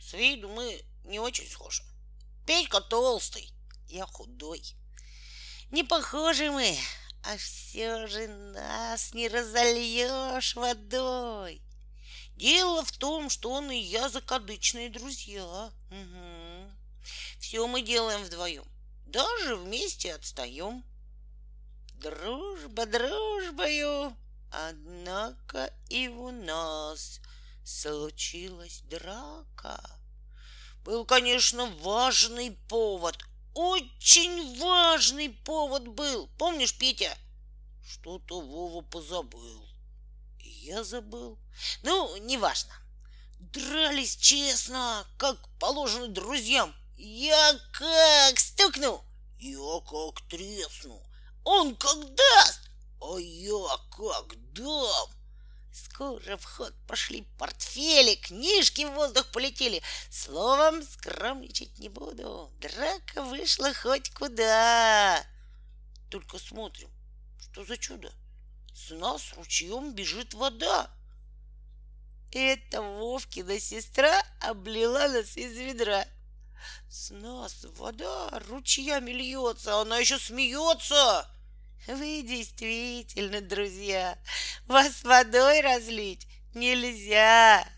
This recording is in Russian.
С виду мы не очень схожи. Петька толстый, я худой. Не похожи мы, а все же нас не разольешь водой. Дело в том, что он и я закадычные друзья. Мгм. Все мы делаем вдвоем. Даже вместе отстаем. Дружба дружбою, однако и у нас случилась драка. Был, конечно, важный повод. Очень важный повод был. Помнишь, Петя? Что-то Вова позабыл. И я забыл. Ну, неважно. Дрались честно, как положено друзьям. Я как стукну, я как тресну. Он как даст, а я как дам. Скоро в ход пошли портфели, книжки в воздух полетели. Словом, скромничать не буду. Драка вышла хоть куда. Только смотрим, что за чудо. С нас ручьем бежит вода. Это Вовкина сестра облила нас из ведра. С нас вода ручьями льется, она еще смеется. Вы действительно, друзья, вас водой разлить нельзя.